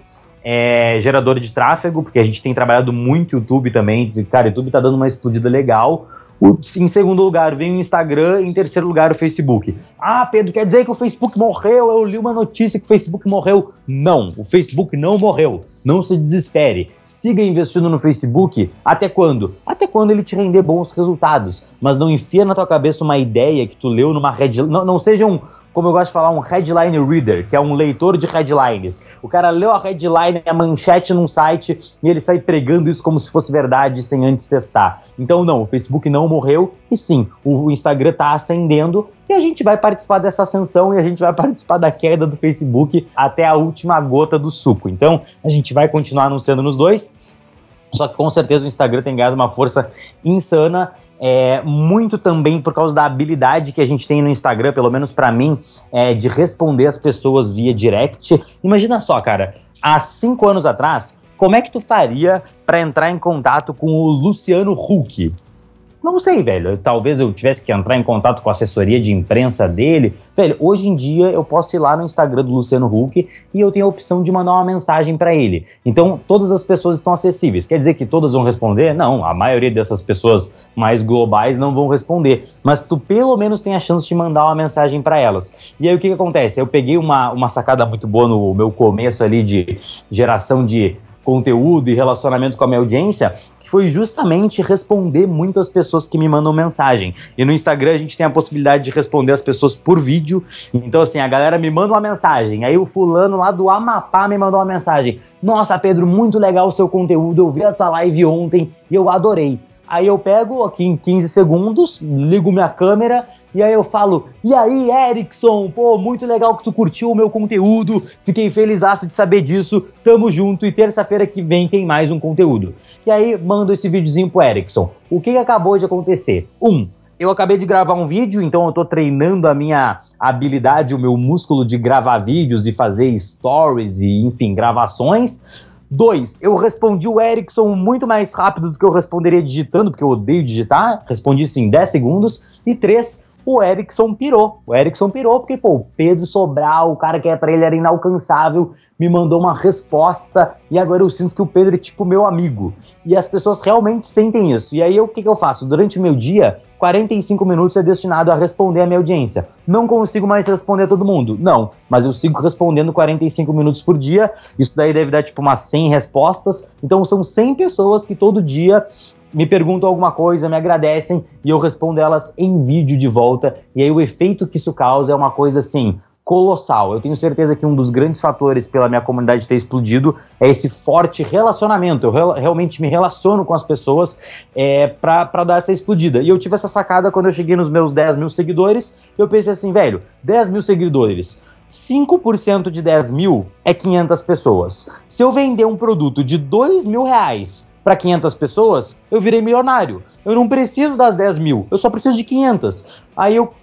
é, gerador de tráfego, porque a gente tem trabalhado muito YouTube também, cara, o YouTube tá dando uma explodida legal. O, em segundo lugar vem o Instagram, em terceiro lugar o Facebook. Ah, Pedro, quer dizer que o Facebook morreu? Eu li uma notícia que o Facebook morreu. Não, o Facebook não morreu. Não se desespere. Siga investindo no Facebook. Até quando? Até quando ele te render bons resultados. Mas não enfia na tua cabeça uma ideia que tu leu numa headline. Não, não seja um, como eu gosto de falar, um headline reader, que é um leitor de headlines. O cara leu a headline, a manchete num site, e ele sai pregando isso como se fosse verdade, sem antes testar. Então não, o Facebook não morreu, e sim, o Instagram está ascendendo, e a gente vai participar dessa ascensão, e a gente vai participar da queda do Facebook até a última gota do suco. Então, a gente vai continuar anunciando nos dois, só que com certeza o Instagram tem ganhado uma força insana, é, muito também por causa da habilidade que a gente tem no Instagram, pelo menos pra mim, é, de responder as pessoas via direct. Imagina só, cara, há cinco anos atrás, como é que tu faria pra entrar em contato com o Luciano Huck? Não sei, velho, talvez eu tivesse que entrar em contato com a assessoria de imprensa dele. Velho, hoje em dia eu posso ir lá no Instagram do Luciano Huck e eu tenho a opção de mandar uma mensagem para ele. Então, todas as pessoas estão acessíveis. Quer dizer que todas vão responder? Não, a maioria dessas pessoas mais globais não vão responder. Mas tu pelo menos tem a chance de mandar uma mensagem para elas. E aí o que que acontece? Eu peguei uma, uma sacada muito boa no meu começo ali de geração de conteúdo e relacionamento com a minha audiência, que foi justamente responder muitas pessoas que me mandam mensagem. E no Instagram a gente tem a possibilidade de responder as pessoas por vídeo. Então assim, a galera me manda uma mensagem, aí o fulano lá do Amapá me mandou uma mensagem. Nossa, Pedro, muito legal o seu conteúdo, eu vi a tua live ontem e eu adorei. Aí eu pego aqui em quinze segundos, ligo minha câmera e aí eu falo: e aí, Erickson, pô, muito legal que tu curtiu o meu conteúdo, fiquei felizaço de saber disso, tamo junto e terça-feira que vem tem mais um conteúdo. E aí mando esse videozinho pro Erickson. O que que acabou de acontecer? Um, eu acabei de gravar um vídeo, então eu tô treinando a minha habilidade, o meu músculo de gravar vídeos e fazer stories e, enfim, gravações. Dois, eu respondi o Erickson muito mais rápido do que eu responderia digitando, porque eu odeio digitar, respondi isso em dez segundos. E três, o Erickson pirou. O Erickson pirou porque, pô, o Pedro Sobral, o cara que é pra ele era inalcançável, me mandou uma resposta e agora eu sinto que o Pedro é tipo meu amigo. E as pessoas realmente sentem isso. E aí o que que eu faço? Durante o meu dia, quarenta e cinco minutos é destinado a responder a minha audiência. Não consigo mais responder a todo mundo? Não, mas eu sigo respondendo quarenta e cinco minutos por dia. Isso daí deve dar tipo umas cem respostas. Então são cem pessoas que todo dia me perguntam alguma coisa, me agradecem e eu respondo elas em vídeo de volta. E aí o efeito que isso causa é uma coisa assim colossal. Eu tenho certeza que um dos grandes fatores pela minha comunidade ter explodido é esse forte relacionamento. Eu real, realmente me relaciono com as pessoas é, pra, pra dar essa explodida. E eu tive essa sacada quando eu cheguei nos meus dez mil seguidores. Eu pensei assim, velho, dez mil seguidores, cinco por cento de dez mil é quinhentas pessoas. Se eu vender um produto de dois mil reais para quinhentas pessoas, eu virei milionário. Eu não preciso das dez mil, eu só preciso de quinhentas. Aí eu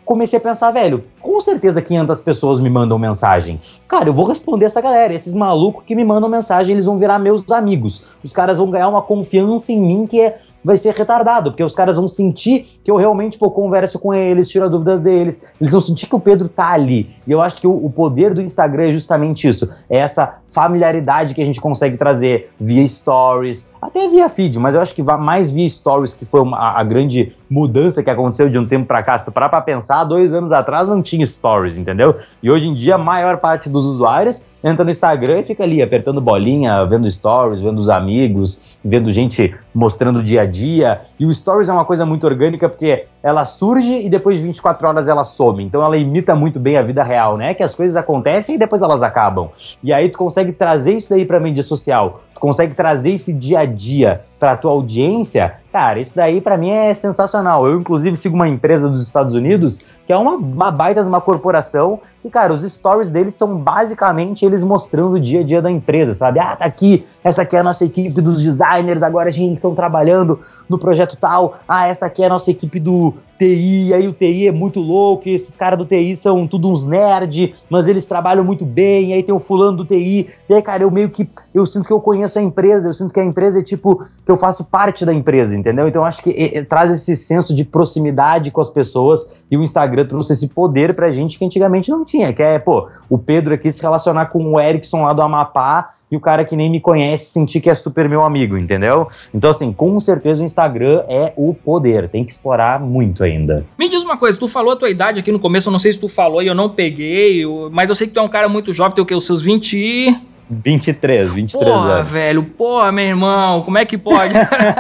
comecei a pensar, velho, com certeza quinhentas pessoas me mandam mensagem. Cara, eu vou responder essa galera, esses malucos que me mandam mensagem, eles vão virar meus amigos. Os caras vão ganhar uma confiança em mim que é, vai ser retardado, porque os caras vão sentir que eu realmente pô, converso com eles, tiro a dúvida deles, eles vão sentir que o Pedro tá ali. E eu acho que o, o poder do Instagram é justamente isso, é essa familiaridade que a gente consegue trazer via stories, até via feed, mas eu acho que mais via stories, que foi uma, a, a grande mudança que aconteceu de um tempo pra cá. Se tu parar pra pensar, dois anos atrás não tinha stories, entendeu? E hoje em dia a maior parte dos usuários entra no Instagram e fica ali apertando bolinha, vendo stories, vendo os amigos, vendo gente mostrando o dia a dia. E o stories é uma coisa muito orgânica porque ela surge e depois de vinte e quatro horas ela some. Então ela imita muito bem a vida real, né? Que as coisas acontecem e depois elas acabam. E aí tu consegue trazer isso daí pra mídia social, tu consegue trazer esse dia a dia pra tua audiência. Cara, isso daí pra mim é sensacional. Eu, inclusive, sigo uma empresa dos Estados Unidos que é uma, uma baita de uma corporação e, cara, os stories deles são basicamente eles mostrando o dia a dia da empresa, sabe? Ah, tá aqui, essa aqui é a nossa equipe dos designers, agora a gente estão trabalhando no projeto tal. Ah, essa aqui é a nossa equipe do T I, e aí o T I é muito louco, e esses caras do T I são tudo uns nerd, mas eles trabalham muito bem, e aí tem o fulano do T I, e aí, cara, eu meio que, eu sinto que eu conheço a empresa, eu sinto que a empresa é tipo, que eu faço parte da empresa, entendeu? Então eu acho que é, é, traz esse senso de proximidade com as pessoas, e o Instagram trouxe esse poder pra gente que antigamente não tinha, que é, pô, o Pedro aqui se relacionar com o Erickson lá do Amapá, e o cara que nem me conhece sentir que é super meu amigo, entendeu? Então, assim, com certeza o Instagram é o poder, tem que explorar muito ainda. Me diz uma coisa, tu falou a tua idade aqui no começo, eu não sei se tu falou e eu não peguei, mas eu sei que tu é um cara muito jovem, tem o quê? Os seus vinte e... vinte e três, vinte e três porra, anos. velho, porra, meu irmão, como é que pode?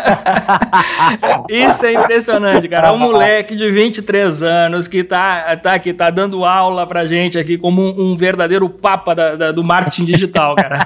Isso é impressionante, cara. Um moleque de vinte e três anos que tá, tá, que tá dando aula pra gente aqui como um, um verdadeiro papa da, da, do marketing digital, cara.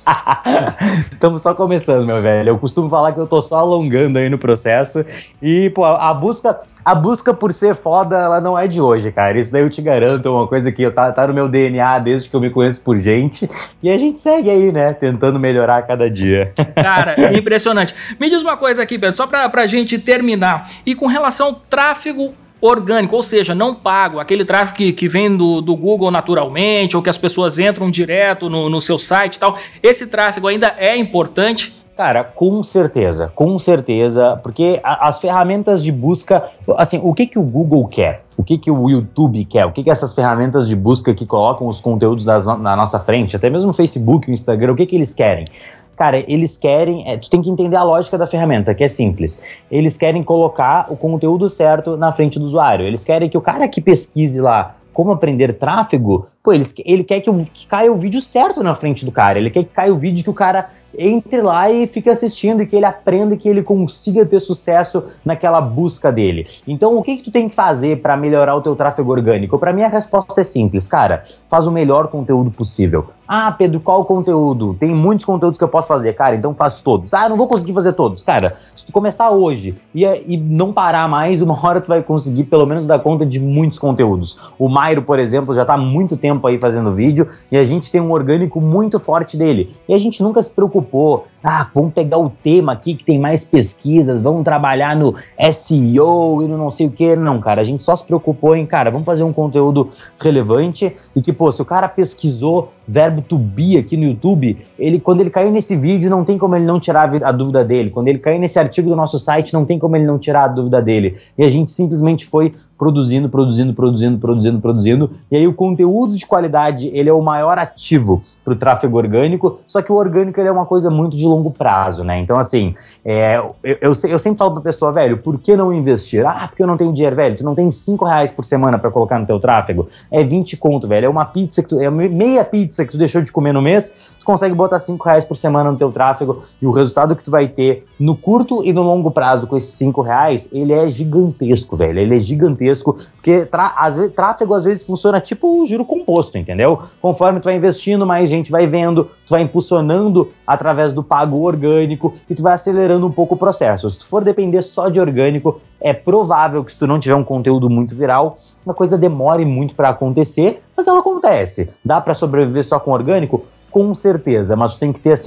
Estamos só começando, meu velho. Eu costumo falar que eu tô só alongando aí no processo. E, pô, a busca, a busca por ser foda, ela não é de hoje, cara. Isso daí eu te garanto, é uma coisa que eu, tá, tá no meu D N A desde que eu me conheço por gente. E a gente segue aí, né? Tentando melhorar a cada dia. Cara, é impressionante. Me diz uma coisa aqui, Pedro, só pra, pra gente terminar. E com relação ao tráfego orgânico, ou seja, não pago, aquele tráfego que, que vem do, do Google naturalmente, ou que as pessoas entram direto no, no seu site e tal, esse tráfego ainda é importante? Cara, com certeza, com certeza, porque a, as ferramentas de busca, assim, o que que o Google quer? O que que o YouTube quer? O que que essas ferramentas de busca que colocam os conteúdos das, na nossa frente, até mesmo o Facebook, o Instagram, o que que eles querem? Cara, eles querem, é, tu tem que entender a lógica da ferramenta, que é simples. Eles querem colocar o conteúdo certo na frente do usuário. Eles querem que o cara que pesquise lá como aprender tráfego, pô, eles, ele quer que, o, que caia o vídeo certo na frente do cara. Ele quer que caia o vídeo que o cara entre lá e fique assistindo e que ele aprenda e que ele consiga ter sucesso naquela busca dele. Então, o que que tu tem que fazer para melhorar o teu tráfego orgânico? Para mim, a resposta é simples, cara. Faz o melhor conteúdo possível. Ah, Pedro, qual conteúdo? Tem muitos conteúdos que eu posso fazer, cara, então faz todos. Ah, não vou conseguir fazer todos. Cara, se tu começar hoje e, e não parar mais, uma hora tu vai conseguir pelo menos dar conta de muitos conteúdos. O Mairo, por exemplo, já tá há muito tempo aí fazendo vídeo e a gente tem um orgânico muito forte dele. E a gente nunca se preocupou. Ah, vamos pegar o tema aqui que tem mais pesquisas, vamos trabalhar no S E O e no não sei o que. Não, cara, a gente só se preocupou em, cara, vamos fazer um conteúdo relevante e que, pô, se o cara pesquisou verbo to be aqui no YouTube, ele, quando ele caiu nesse vídeo, não tem como ele não tirar a dúvida dele. Quando ele caiu nesse artigo do nosso site, não tem como ele não tirar a dúvida dele. E a gente simplesmente foi produzindo, produzindo, produzindo, produzindo, produzindo. E aí o conteúdo de qualidade, ele é o maior ativo para o tráfego orgânico, só que o orgânico ele é uma coisa muito de longo prazo, né? Então, assim, é, eu, eu, eu sempre falo pra pessoa, velho, por que não investir? Ah, porque eu não tenho dinheiro, velho. Tu não tem cinco reais por semana para colocar no teu tráfego? É vinte conto, velho. É uma pizza, que tu, é meia pizza que tu deixou de comer no mês, tu consegue botar cinco reais por semana no teu tráfego e o resultado que tu vai ter no curto e no longo prazo com esses cinco reais, ele é gigantesco, velho. Ele é gigantesco, porque tra- às vezes, tráfego às vezes funciona tipo juro composto, entendeu? Conforme tu vai investindo, mais gente vai vendo, tu vai impulsionando através do pago orgânico e tu vai acelerando um pouco o processo. Se tu for depender só de orgânico, é provável que se tu não tiver um conteúdo muito viral, a coisa demore muito para acontecer, mas ela acontece. Dá para sobreviver só com orgânico? Com certeza, mas tu tem que ter assim, ó,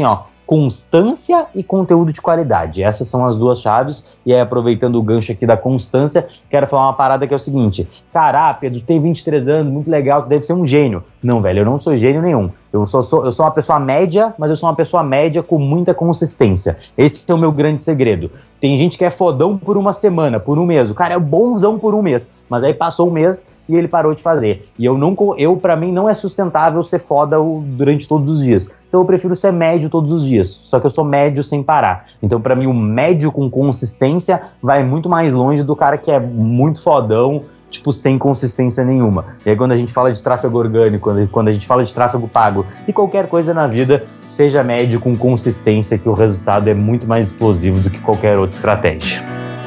constância e conteúdo de qualidade. Essas são as duas chaves. E aí, aproveitando o gancho aqui da constância, quero falar uma parada que é o seguinte: cara, Pedro, tem vinte e três anos, muito legal, tu deve ser um gênio. Não, velho, eu não sou gênio nenhum. Eu sou, sou, eu sou uma pessoa média, mas eu sou uma pessoa média com muita consistência. Esse é o meu grande segredo. Tem gente que é fodão por uma semana, por um mês. O cara é bonzão por um mês, mas aí passou um mês e ele parou de fazer. E eu, não, eu pra mim, não é sustentável ser foda durante todos os dias. Então eu prefiro ser médio todos os dias. Só que eu sou médio sem parar. Então pra mim o médio com consistência vai muito mais longe do cara que é muito fodão, tipo, sem consistência nenhuma. E aí quando a gente fala de tráfego orgânico, quando a gente fala de tráfego pago e qualquer coisa na vida, seja médio com consistência, que o resultado é muito mais explosivo do que qualquer outra estratégia.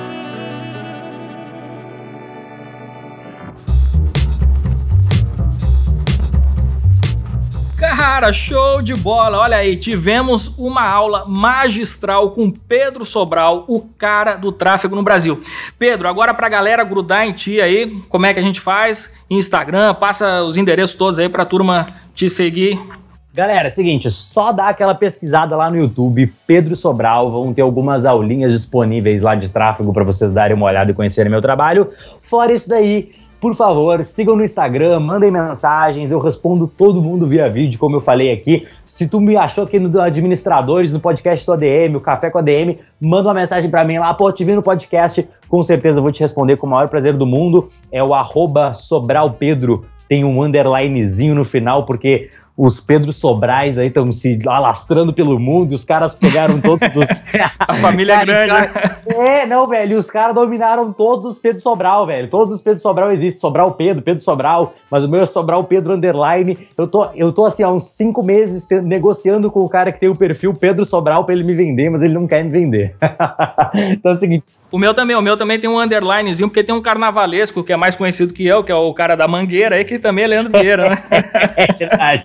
Cara, show de bola! Olha aí, tivemos uma aula magistral com Pedro Sobral, o cara do tráfego no Brasil. Pedro, agora pra galera grudar em ti aí, como é que a gente faz? Instagram, passa os endereços todos aí pra turma te seguir. Galera, é o seguinte, só dá aquela pesquisada lá no YouTube, Pedro Sobral, vão ter algumas aulinhas disponíveis lá de tráfego para vocês darem uma olhada e conhecerem meu trabalho. Fora isso daí, por favor, sigam no Instagram, mandem mensagens, eu respondo todo mundo via vídeo, como eu falei aqui. Se tu me achou aqui no Administradores, no podcast do A D M, o Café com A D M, manda uma mensagem pra mim lá, pô, te vi no podcast, com certeza eu vou te responder com o maior prazer do mundo. É o arroba sobralpedro, tem um underlinezinho no final, porque os Pedro Sobrais aí estão se alastrando pelo mundo e os caras pegaram todos os... A família é grande, né? É, não, velho, os caras dominaram todos os Pedro Sobral, velho. Todos os Pedro Sobral existem. Sobral Pedro, Pedro Sobral, mas o meu é Sobral Pedro Underline. Eu tô, eu tô assim, há uns cinco meses te, negociando com o cara que tem o perfil Pedro Sobral pra ele me vender, mas ele não quer me vender. Então é o seguinte... O meu também, o meu também tem um underlinezinho, porque tem um carnavalesco que é mais conhecido que eu, que é o cara da Mangueira aí, que também é Leandro Vieira, né? É verdade.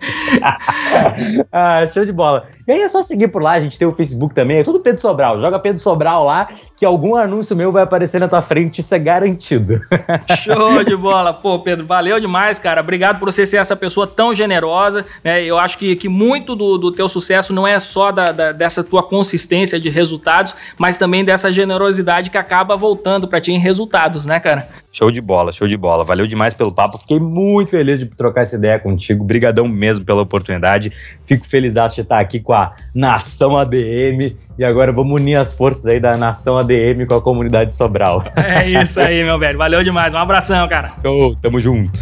Ah, show de bola. E aí é só seguir por lá, a gente tem o Facebook também, é tudo Pedro Sobral. Joga Pedro Sobral lá, que algum anúncio meu vai aparecer na tua frente, isso é garantido. Show de bola. Pô, Pedro, valeu demais, cara. Obrigado por você ser essa pessoa tão generosa, né? Eu acho que, que muito do, do teu sucesso não é só da, da, dessa tua consistência de resultados, mas também dessa generosidade que acaba voltando pra ti em resultados, né, cara? Show de bola, show de bola. Valeu demais pelo papo. Fiquei muito feliz de trocar essa ideia contigo. Brigadão mesmo pela oportunidade. Fico feliz de estar aqui com a Nação A D M. E agora vamos unir as forças aí da Nação A D M com a comunidade Sobral. É isso aí, meu velho. Valeu demais. Um abração, cara. Show, tamo junto.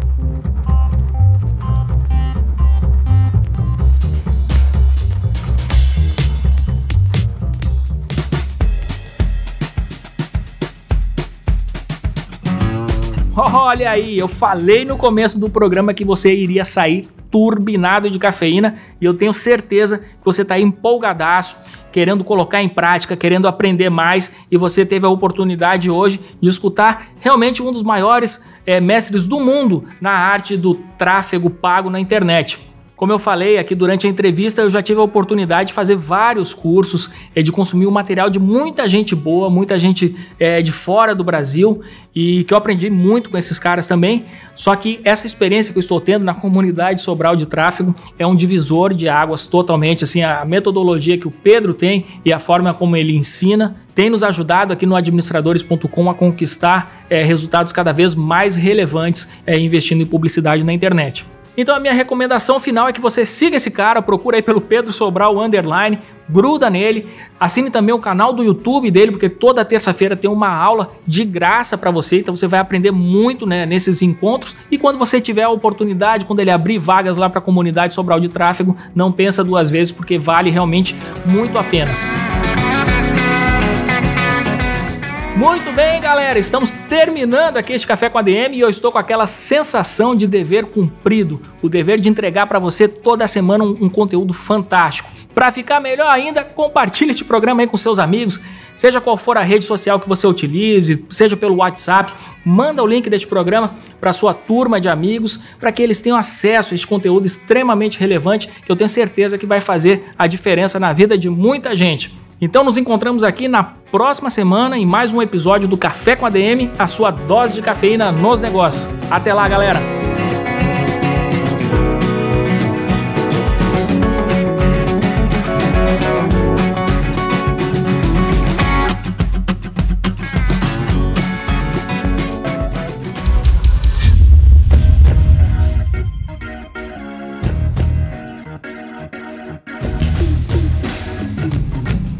Olha aí, eu falei no começo do programa que você iria sair turbinado de cafeína e eu tenho certeza que você está empolgadaço, querendo colocar em prática, querendo aprender mais, e você teve a oportunidade hoje de escutar realmente um dos maiores é, mestres do mundo na arte do tráfego pago na internet. Como eu falei aqui durante a entrevista, eu já tive a oportunidade de fazer vários cursos, é, de consumir o material de muita gente boa, muita gente é, de fora do Brasil, e que eu aprendi muito com esses caras também. Só que essa experiência que eu estou tendo na comunidade Sobral de tráfego é um divisor de águas totalmente. Assim, a metodologia que o Pedro tem e a forma como ele ensina tem nos ajudado aqui no administradores ponto com a conquistar é, resultados cada vez mais relevantes é, investindo em publicidade na internet. Então a minha recomendação final é que você siga esse cara, procura aí pelo Pedro Sobral Underline, gruda nele, assine também o canal do YouTube dele, porque toda terça-feira tem uma aula de graça para você, então você vai aprender muito, né, nesses encontros, e quando você tiver a oportunidade, quando ele abrir vagas lá para a comunidade Sobral de tráfego, não pensa duas vezes, porque vale realmente muito a pena. Muito bem, galera, estamos terminando aqui este Café com A D M e eu estou com aquela sensação de dever cumprido, o dever de entregar para você toda semana um, um conteúdo fantástico. Para ficar melhor ainda, compartilhe este programa aí com seus amigos, seja qual for a rede social que você utilize, seja pelo WhatsApp, manda o link deste programa para sua turma de amigos, para que eles tenham acesso a este conteúdo extremamente relevante, que eu tenho certeza que vai fazer a diferença na vida de muita gente. Então nos encontramos aqui na próxima semana em mais um episódio do Café com A D M, a sua dose de cafeína nos negócios. Até lá, galera!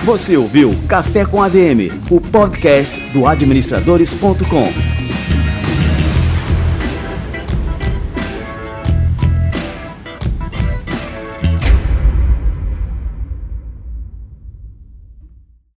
Você ouviu Café com A D M, o podcast do administradores ponto com.